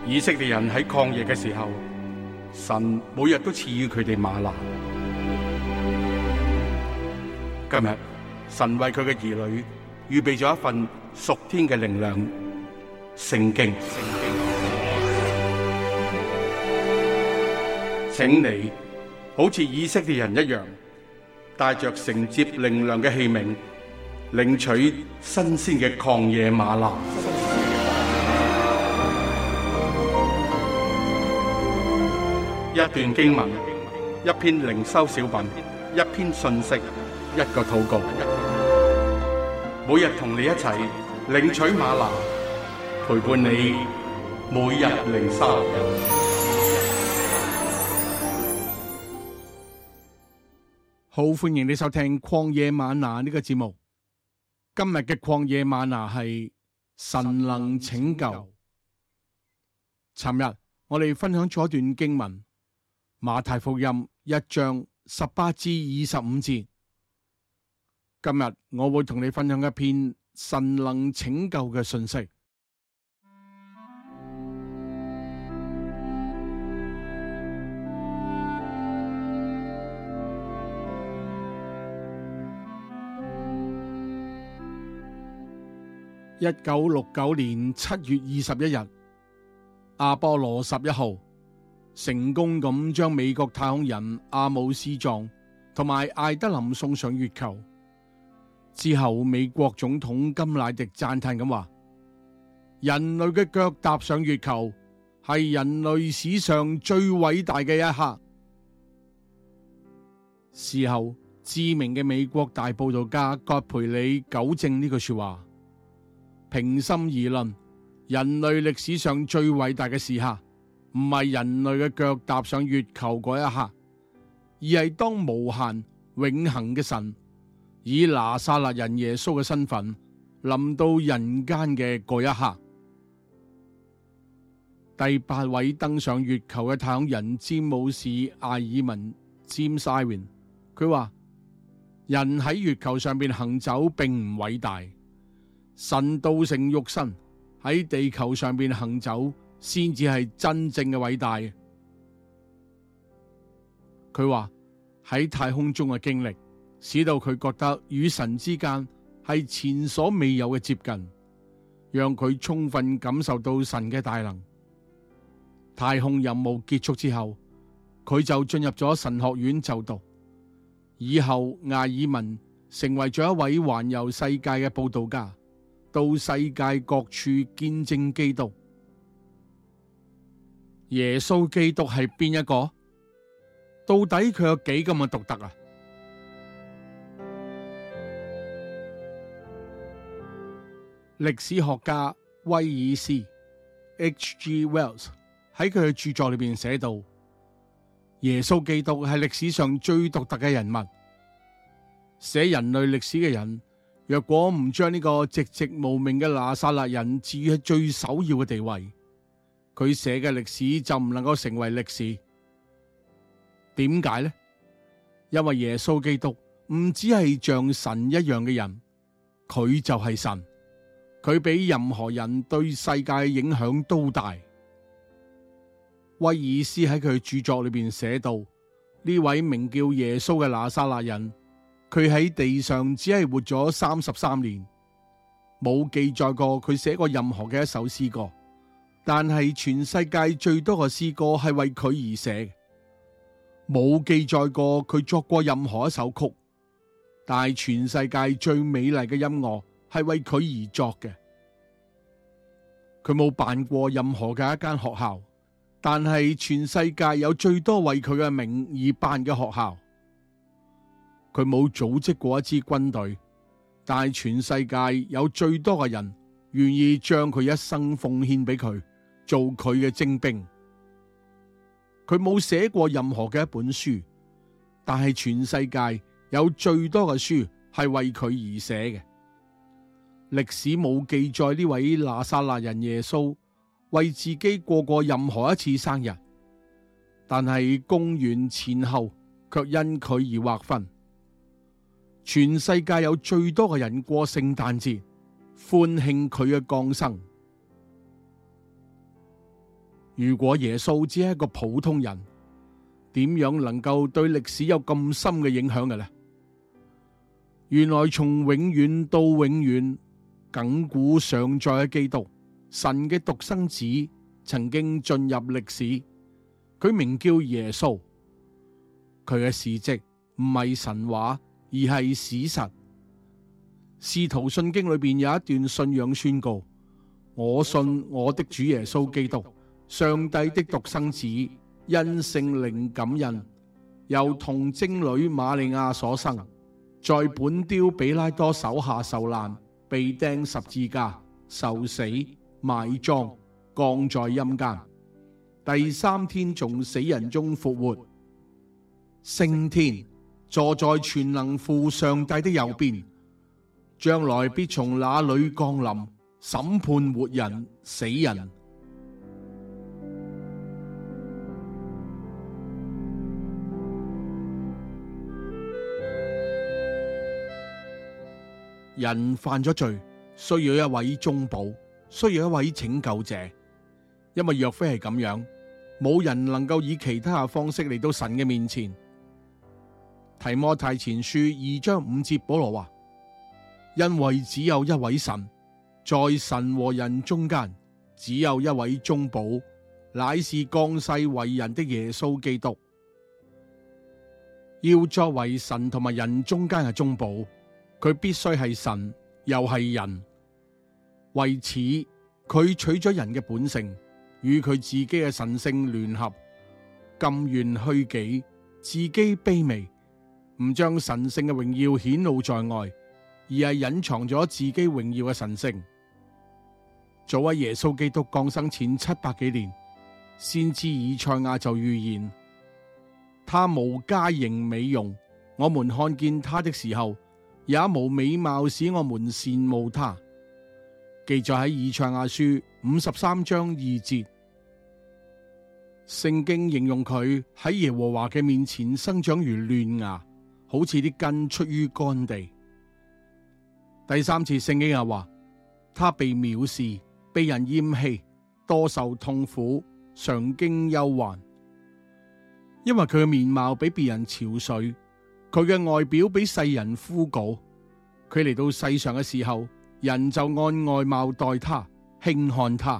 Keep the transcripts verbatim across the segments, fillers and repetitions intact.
以色列人喺曠野嘅時候，神每日都賜予佢哋嗎哪。今日神為佢嘅兒女預備咗一份屬天嘅靈糧——聖經。請你好似以色列人一樣，帶着承接靈糧嘅器皿，領取新鮮嘅曠野嗎哪。一段經文，一篇靈修小品，一篇信息，一個禱告。每日同你一齊領取嗎哪，陪伴你每日靈修。 好，歡迎你收聽曠野嗎哪呢個節目。今日嘅曠野嗎哪係神能拯救。尋日我哋分享咗一段經文，馬太福音一章十八至二十五節。今日我會同你分享一篇神能拯救嘅信息。一九六九年七月二十一日，阿波羅十一號成功咁將美國太空人阿姆斯壯同埋艾德林送上月球。之後，美國總統甘迺迪讚嘆咁話：人類嘅腳踏上月球係人類史上最偉大嘅一刻。事後，知名嘅美國大佈道家葛培理糾正呢句說話。平心而論，人類歷史上最偉大嘅時刻，唔係人類嘅腳踏上月球嗰一刻，而係當無限永恆嘅神以拿撒勒人耶穌嘅身份臨到人間嘅嗰一刻。第八位登上月球嘅太空人詹姆士艾爾文 James Irwin， 佢話：人喺月球上邊行走並唔偉大。神道成肉身喺地球上邊行走，先至係真正嘅偉大。佢話喺太空中嘅經歷，使到佢覺得與神之間係前所未有嘅接近，讓佢充分感受到神嘅大能。太空任務結束之後，佢就進入咗神學院就讀。以後艾爾文成為咗一位環遊世界嘅佈道家，到世界各處見證基督。耶穌基督係邊一個？到底佢有幾咁嘅獨特啊？歷史學家威爾斯 H G Wells 喺佢嘅著作裏邊寫到，耶穌基督係歷史上最獨特嘅人物。寫人類歷史嘅人，若果唔將呢個寂寂無名嘅拿撒勒人置於最首要嘅地位，佢寫嘅歷史就唔能夠成為歷史。點解呢？因為耶穌基督唔只係像神一樣嘅人，佢就係神，佢比任何人對世界嘅影響都大。威爾斯喺佢著作裏邊寫到，呢位名叫耶穌嘅拿撒勒人，佢喺地上只係活咗三十三年，冇記載過佢寫過任何嘅一首詩歌，但係全世界最多嘅詩歌係為佢而寫嘅。冇記載過佢作過任何一首曲，但係全世界最美麗嘅音樂係為佢而作嘅。佢冇辦過任何嘅一間學校，但係全世界有最多為佢嘅名而辦嘅學校。佢冇組織過一支軍隊，但係全世界有最多嘅人願意將佢一生奉獻俾佢，做佢嘅精兵。佢冇寫過任何嘅一本書，但係全世界有最多嘅書係為佢而寫嘅。歷史冇記載呢位拿撒勒人耶穌為自己過過任何一次生日，但係公元前後卻因佢而劃分。全世界有最多嘅人過聖誕節，歡慶佢嘅降生。 如果耶穌只係一個普通人，點樣能夠對歷史有咁深嘅影響嘅呢？原來從永遠到永遠，亙古常在嘅基督，神嘅獨生子，曾經進入歷史。佢名叫耶穌，佢嘅事蹟唔係神話，而係史實。使徒信經裏邊有一段信仰宣告：我信我的主耶穌基督，上帝的獨生子，因聖靈感孕，由童貞女瑪利亞所生，在本丟彼拉多手下受難，被釘十字架，受死，埋葬，降在陰間，第三天從死人中復活，升天，坐在全能父上帝的右邊，將來必從那裏降臨，審判活人死人。人犯咗罪，需要一位中保，需要一位拯救者。因為若非係咁樣，冇人能夠以其他嘅方式嚟到神嘅面前。提摩太前書二章五節，保羅話：因為只有一位神，在神和人中間，只有一位中保，乃是降世為人的耶穌基督。要作為神同埋人中間嘅中保，佢必須係神又係人。為此，佢取咗人嘅本性，與佢自己嘅神性聯合，甘願虛己，自己卑微，唔將神性嘅榮耀顯露在外，而係隱藏咗自己榮耀嘅神性。早喺耶穌基督降生前七百幾年，先知以賽亞就預言：他無佳形美容，我們看見他的時候，也無美貌使我們羨慕他。記載喺以賽亞書五十三章二節。聖經形容佢喺耶和華嘅面前生長如嫩芽，好似啲根出於乾地。第三次聖經又話：他被藐視，被人厭棄，多受痛苦，常經憂患。因為佢嘅面貌比別人憔悴，佢嘅外表比世人枯槁。佢嚟到世上嘅時候，人就按外貌待他，輕看他。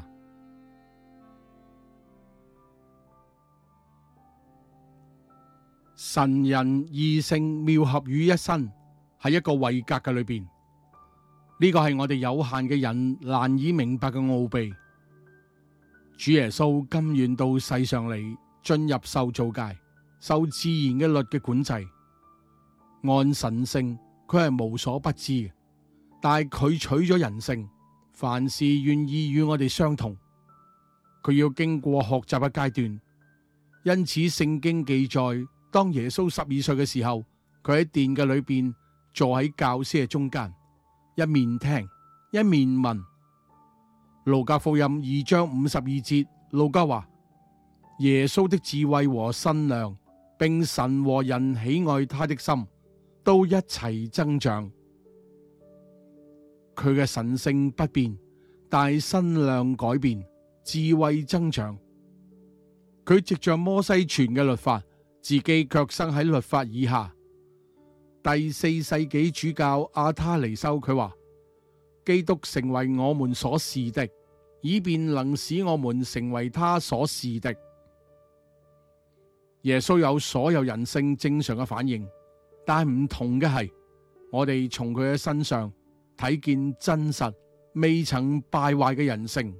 神人二性妙合於一身，喺一個位格嘅裏邊，呢個係我哋有限嘅人難以明白嘅奧秘。主耶穌甘願到世上嚟，進入受造界，受自然嘅律嘅管制。按神性，佢係無所不知嘅，但係佢取咗人性，凡事願意與我哋相同。佢要經過學習嘅階段，因此聖經記載，當耶穌十二歲嘅時候，佢喺殿嘅裏邊坐喺教師嘅中間，一面聽一面問。路加福音二章五十二節，路加話：耶穌的智慧和身量，並神和人喜愛他的心，都一齊增長。佢嘅神性不變，但係身量改變，智慧增長。佢藉着摩西傳嘅律法，自己卻生喺律法以下。第四世紀主教阿他尼修佢話：基督成為我們所是的，以便能使我們成為他所是的。耶穌有所有人性正常嘅反應，但係唔同嘅係，我哋從佢嘅身上睇見真實未曾敗壞嘅人性。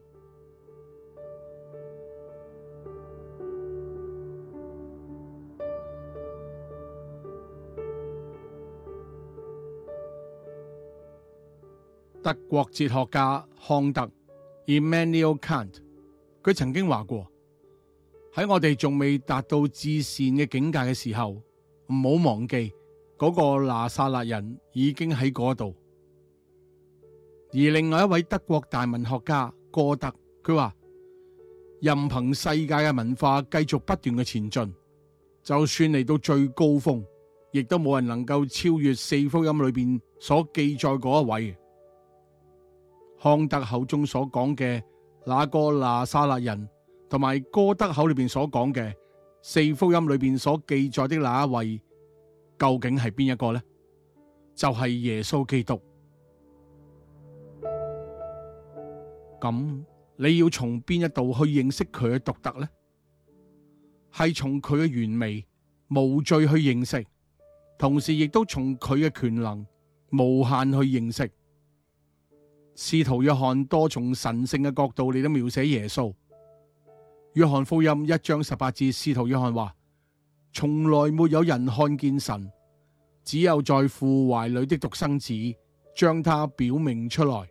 德國哲學家康德 Immanuel Kant， 佢曾經話過：喺我哋仲未達到至善嘅境界嘅時候，唔好忘記嗰個拿撒勒人已經喺嗰度。而另外一位德國大文學家歌德，佢話：任憑世界嘅文化繼續不斷嘅前進，就算嚟到最高峰，亦都冇人能夠超越四福音裏邊所記載嗰一位。康德口中所講嘅那個拿撒勒人， 同埋哥德口裏邊所講嘅四福音裏邊所記載的那一位，究竟係邊一個呢？就係耶穌基督。咁你要從邊一度去認識佢嘅獨特呢？係從佢嘅完美無罪去認識，同時亦都從佢嘅權能無限去認識。使徒約翰多從神聖嘅角度嚟到描寫耶穌。約翰福音一章十八節，使徒約翰話：從來沒有人看見神，只有在父懷裏的獨生子將他表明出來。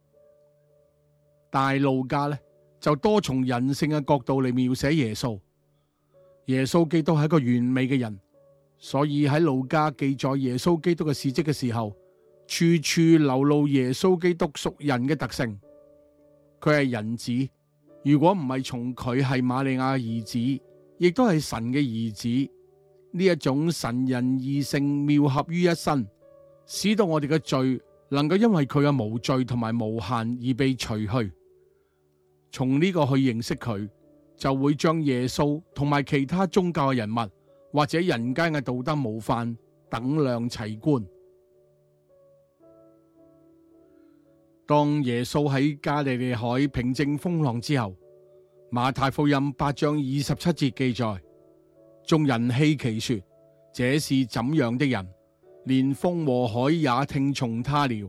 但路加呢，就多從人性嘅角度嚟描寫耶穌。耶穌基督係一個完美嘅人，所以喺路加記載耶穌基督嘅事蹟嘅時候，處處流露耶穌基督屬人嘅特性。佢係人子，如果唔係從佢係瑪利亞嘅兒子，亦都係神嘅兒子，呢一種神人二性妙合於一身，使到我哋嘅罪能夠因為佢嘅無罪同埋無限而被除去。從呢個去認識佢，就會將耶穌同埋其他宗教嘅人物或者人間嘅道德模範等量齊觀。當耶穌喺加利利海平靜風浪之後，馬太福音八章二十七節記載，眾人希奇說：這是怎樣的人，連風和海也聽從他了。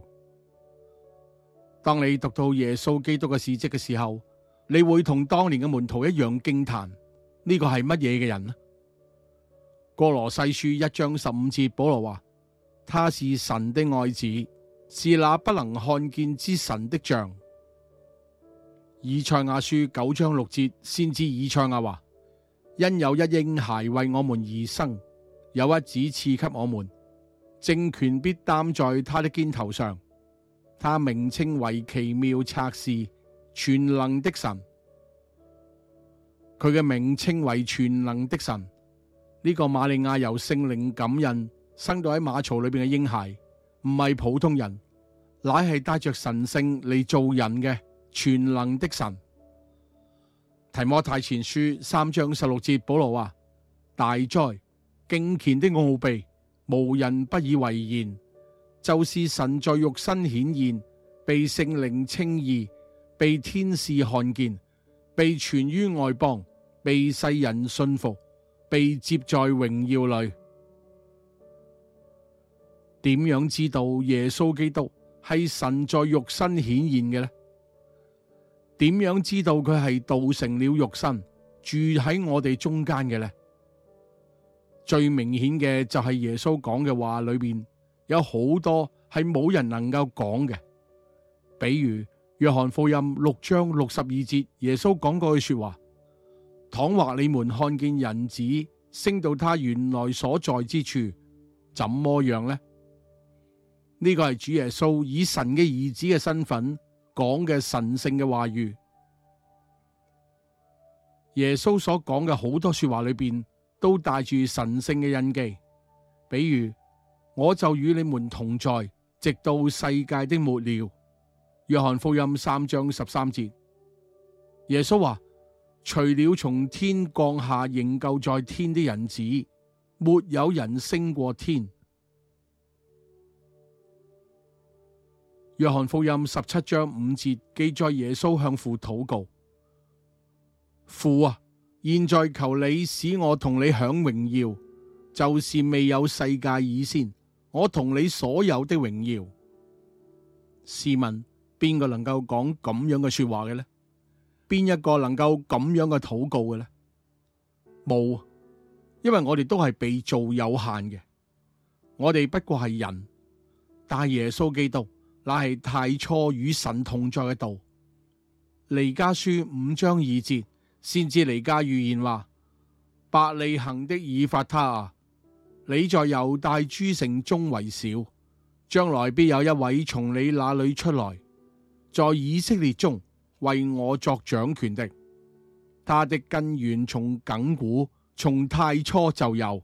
當你讀到耶穌基督嘅事蹟嘅時候，你會同當年嘅門徒一樣驚嘆，呢個係乜嘢嘅人呢？哥羅西書一章十五節，保羅話：他是神的愛子，是那不能看見之神的像。以賽亞書九章六節，先知以賽亞話：因有一嬰孩為我們而生，有一子賜給我們，政權必擔在他的肩頭上，他名稱為奇妙策士，全能的神。佢嘅名稱為全能的神。呢、這個瑪利亞由聖靈感孕生到喺馬槽裏邊嘅嬰孩，唔係普通人，乃係帶着神性嚟做人嘅全能的神。提摩太前書三章十六節，保羅話：大哉，敬虔的奧秘，無人不以為然，就是神在肉身顯現，被聖靈稱義，被天使看見，被傳於外邦，被世人信服，被接在榮耀裏。點樣知道耶穌基督係神在肉身顯現嘅呢？點樣知道佢係道成了肉身，住喺我哋中間嘅呢？最明顯嘅就係耶穌講嘅話裏邊有好多係冇人能夠講嘅，比如約翰福音六章六十二節，耶穌講過句說話：倘或你們看見人子升到他原來所在之處，怎麼樣呢？呢個係主耶穌以神嘅兒子嘅身份講嘅神聖嘅話語。耶穌所講嘅好多說話裏邊都帶住神聖嘅印記，比如我就與你們同在，直到世界的末了。約翰福音三章十三節，耶穌話：除了從天降下仍舊在天的人子，沒有人升過天。約翰福音十七章五節記載耶穌向父禱告：父啊，現在求你使我同你享榮耀，就是未有世界以先，我同你所有的榮耀。試問邊個能夠講咁樣嘅說話嘅呢？邊一個能夠咁樣嘅禱告嘅呢？冇，因為我哋都係被造有限嘅，我哋不過係人，但耶穌基督乃係太初與神同在嘅道。彌迦書五章二節，先知彌迦預言話：伯利恆的以法他啊，你在猶大諸城中為小，將來必有一位從你那裏出來，在以色列中為我作掌權的，他的根源從亙古，從太初就有。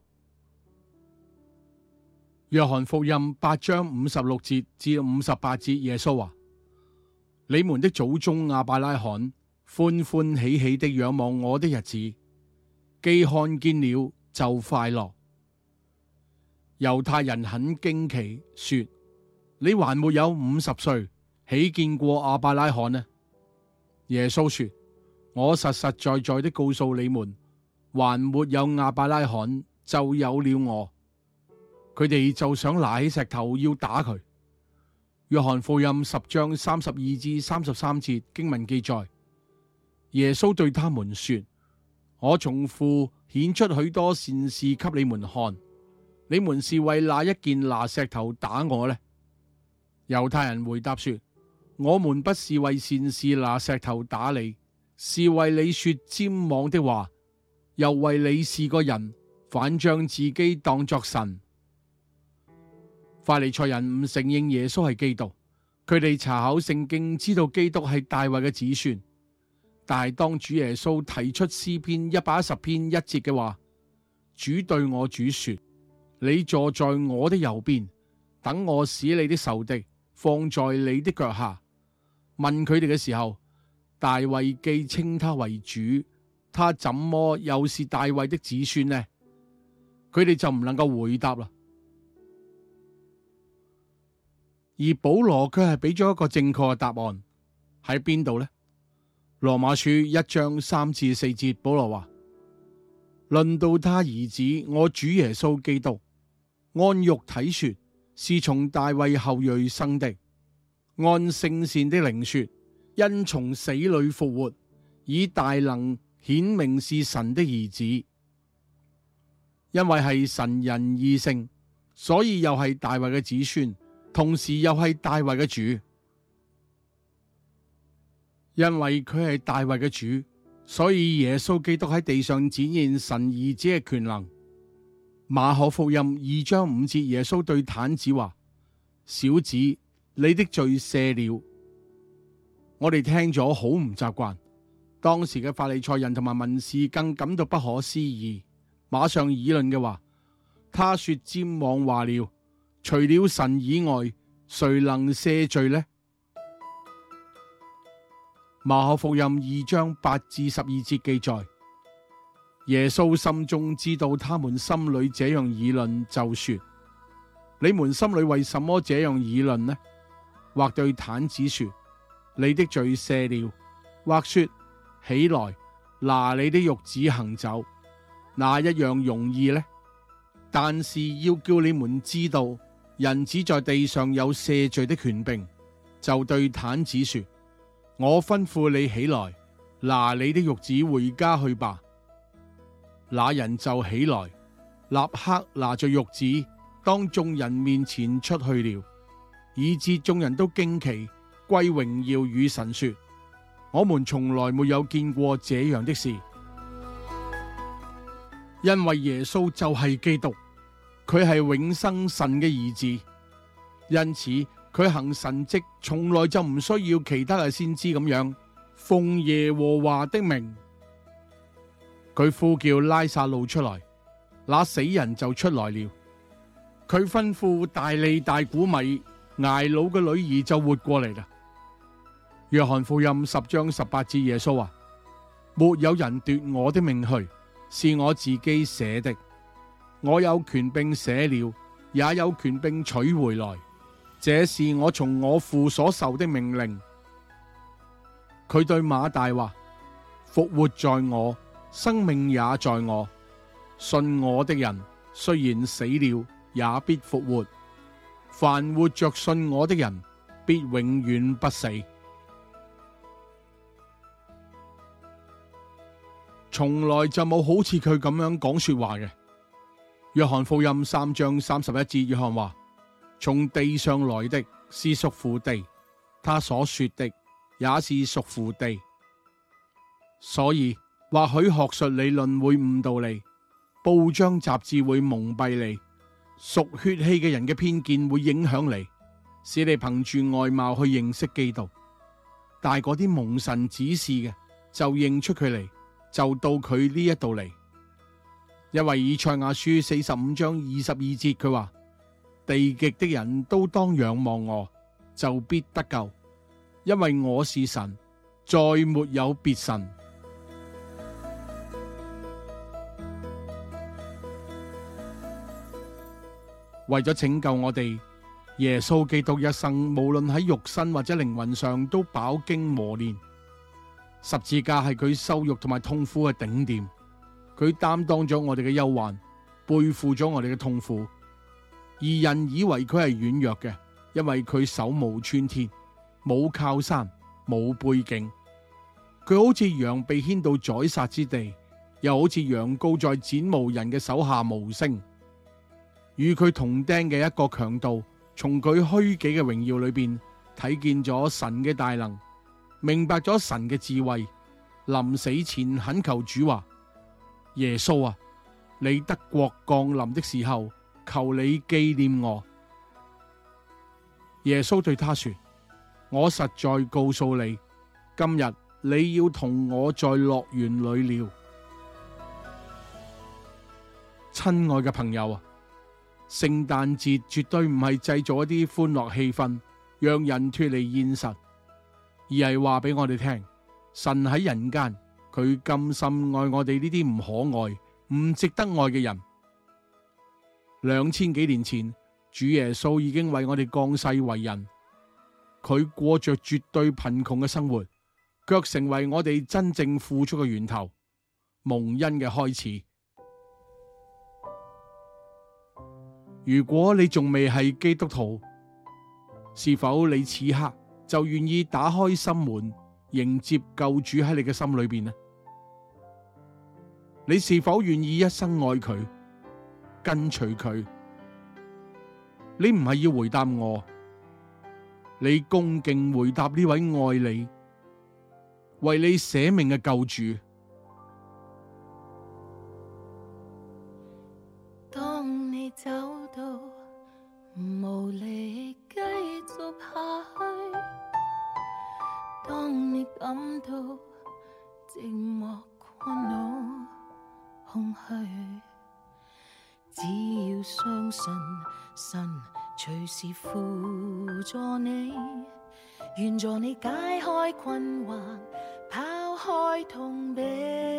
約翰福音八章五十六節至五十八節，耶穌話：你們的祖宗亞伯拉罕歡歡喜喜的仰望我的日子，既看見了就快樂。猶太人很驚奇，說：你還沒有五十歲，豈見過亞伯拉罕呢？耶穌說：我實實在在的告訴你們，還沒有亞伯拉罕，就有了我。佢哋就想拿起石頭要打佢。約翰福音十章三十二至三十三節經文記載，耶穌對他們說：我從父顯出許多善事給你們看，你們是為哪一件拿石頭打我呢？猶太人回答說：我們不是為善事拿石頭打你，是為你說僭妄的話，又為你是個人，反將自己當作神。法利賽人唔承認耶穌係基督，佢哋查考聖經知道基督係大衛嘅子孫，但係當主耶穌提出詩篇一百一十篇一節嘅話，主對我主說：你坐在我的右邊，等我使你的仇敵放在你的腳下。問佢哋嘅時候，大衛既稱他為主，他怎麼又是大衛的子孫呢？佢哋就唔能夠回答啦。而保羅卻係俾咗一個正確嘅答案，喺邊度呢？羅馬書一章三至四節，保羅話：論到他兒子我主耶穌基督，按肉體說，是從大衛後裔生的；按聖善的靈說，因從死裏復活，以大能顯明是神的兒子。因為係神人二性，所以又係大衛嘅子孫，同時又係大衛嘅主。因為佢係大衛嘅主，所以耶穌基督喺地上展現神兒子嘅權能。馬可福音二章五節，耶穌對癱子話：小子，你的罪赦了。我哋聽咗好唔習慣，當時嘅法利賽人同埋文士更感到不可思議，馬上議論嘅話：他說僭妄話了，除了神以外，誰能赦罪呢？馬可福音二章八至十二節記載，耶穌心中知道他們心裏這樣議論，就說：你們心裏為什麼這樣議論呢？或對癱子說：你的罪赦了；或說：起來，拿你的褥子行走，哪一樣容易呢？但是要叫你們知道，人子在地上有赦罪的權柄，就對癱子說：我吩咐你起來，拿你的褥子回家去吧。那人就起來，立刻拿着褥子，當眾人面前出去了，以致眾人都驚奇，歸榮耀與神說：我們從來沒有見過這樣的事。因為耶穌就係基督，佢係永生神嘅兒子，因此佢行神蹟從來就唔需要其他嘅先知咁樣奉耶和華的名。佢呼叫拉撒路出來，那死人就出來了。佢吩咐大利大古米，睚魯嘅女兒就活過嚟啦。約翰福音十章十八節，耶穌話：沒有人奪我的命去，是我自己捨的。我有權柄捨了，也有權柄取回來。這是我從我父所受的命令。佢對馬大話：復活在我，生命也在我。信我的人，雖然死了，也必復活。凡活着信我的人，必永遠不死。從來就冇好似佢咁樣講說話嘅。約翰福音三章三十一節，約翰話：從地上來的是屬乎地，他所說的也是屬乎地。所以或許學術理論會誤導你，報章雜誌會蒙蔽你，屬血氣嘅人嘅偏見會影響你，使你憑住外貌去認識基督。但係嗰啲蒙神指示嘅，就認出佢嚟，就到佢呢一度嚟。因為以賽亞書四十五章二十二節佢話：地極的人都當仰望我，就必得救，因為我是神， 再沒有別神。為咗拯救我哋，耶穌基督一生無論喺肉身或者靈魂上都飽經磨練。十字架係佢羞辱同埋痛苦嘅頂點，佢擔當咗我哋嘅憂患，背負咗我哋嘅痛苦。而人以為佢係軟弱嘅，因為佢手無寸鐵，冇靠山，冇背景。佢好似羊被牽到宰殺之地，又好似羊羔在剪毛人嘅手下無聲。與佢同釘嘅一個強盜，從佢虛己嘅榮耀裏邊睇見咗神嘅大能，明白咗神嘅智慧。臨死前懇求主話：耶穌啊，你得國降臨的時候，求你紀念我。耶穌對他說：我實在告訴你，今日你要同我在樂園裏了。親愛嘅朋友啊，聖誕節絕對唔係製造一啲歡樂氣氛，讓人脫離現實，而係話俾我哋聽，神喺人間，佢甘心愛我哋呢啲唔可愛、唔值得愛嘅人。兩千幾年前，主耶穌已經為我哋降世為人，佢過着絕對貧窮嘅生活，卻成為我哋真正付出嘅源頭，蒙恩嘅開始。如果你仲未係基督徒，是否你此刻就願意打開心門，迎接救主喺你嘅心裏邊呢？你是否願意一生愛佢，跟隨佢？你唔係要回答我，你恭敬回答呢位愛你、為你捨命嘅救主。 當你走到無力繼續下去，當你感到寂寞、困惱、空虛，只要相信神隨時輔助你，願助你解開困惑，拋開痛悲。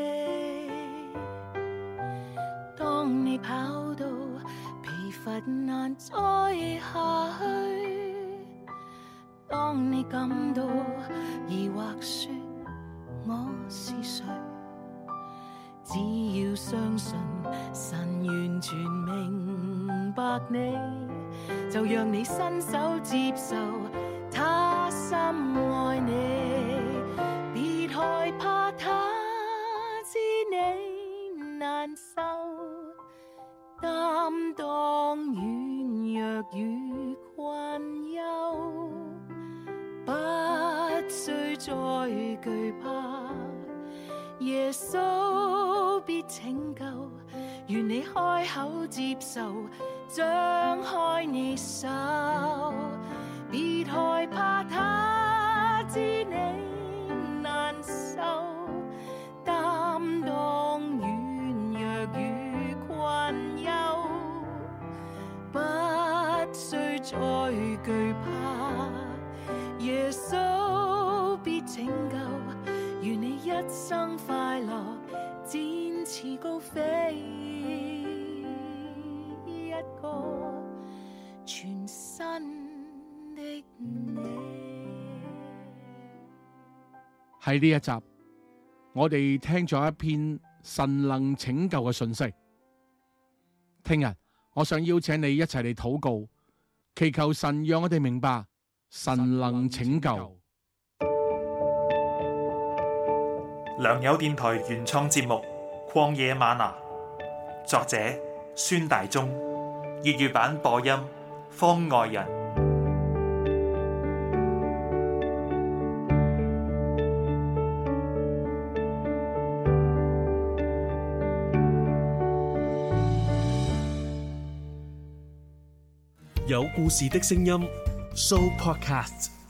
當你跑到疲乏難再下去，當你感到疑惑說我是誰，只要相信神完全明白你，就讓你伸手接受他深愛你，別害怕他知你難受，擔當軟弱與困憂，不需再懼怕，耶穌必拯救，願你開口接受，張開你手，別害怕他知你難受，擔當軟弱與困憂，不需再懼怕，耶穌必拯救，願你一生快樂，展翅高飛，一個全新的你。 喺呢一集，我哋聽咗一篇神能拯救嘅信息。聽日我想邀請你一齊嚟禱告，祈求神讓我哋明白神能拯救。 良友電台原創節目《曠野嗎哪》，作者孫大中，粵語版播音方外人， 有故事的聲音 Show Podcast。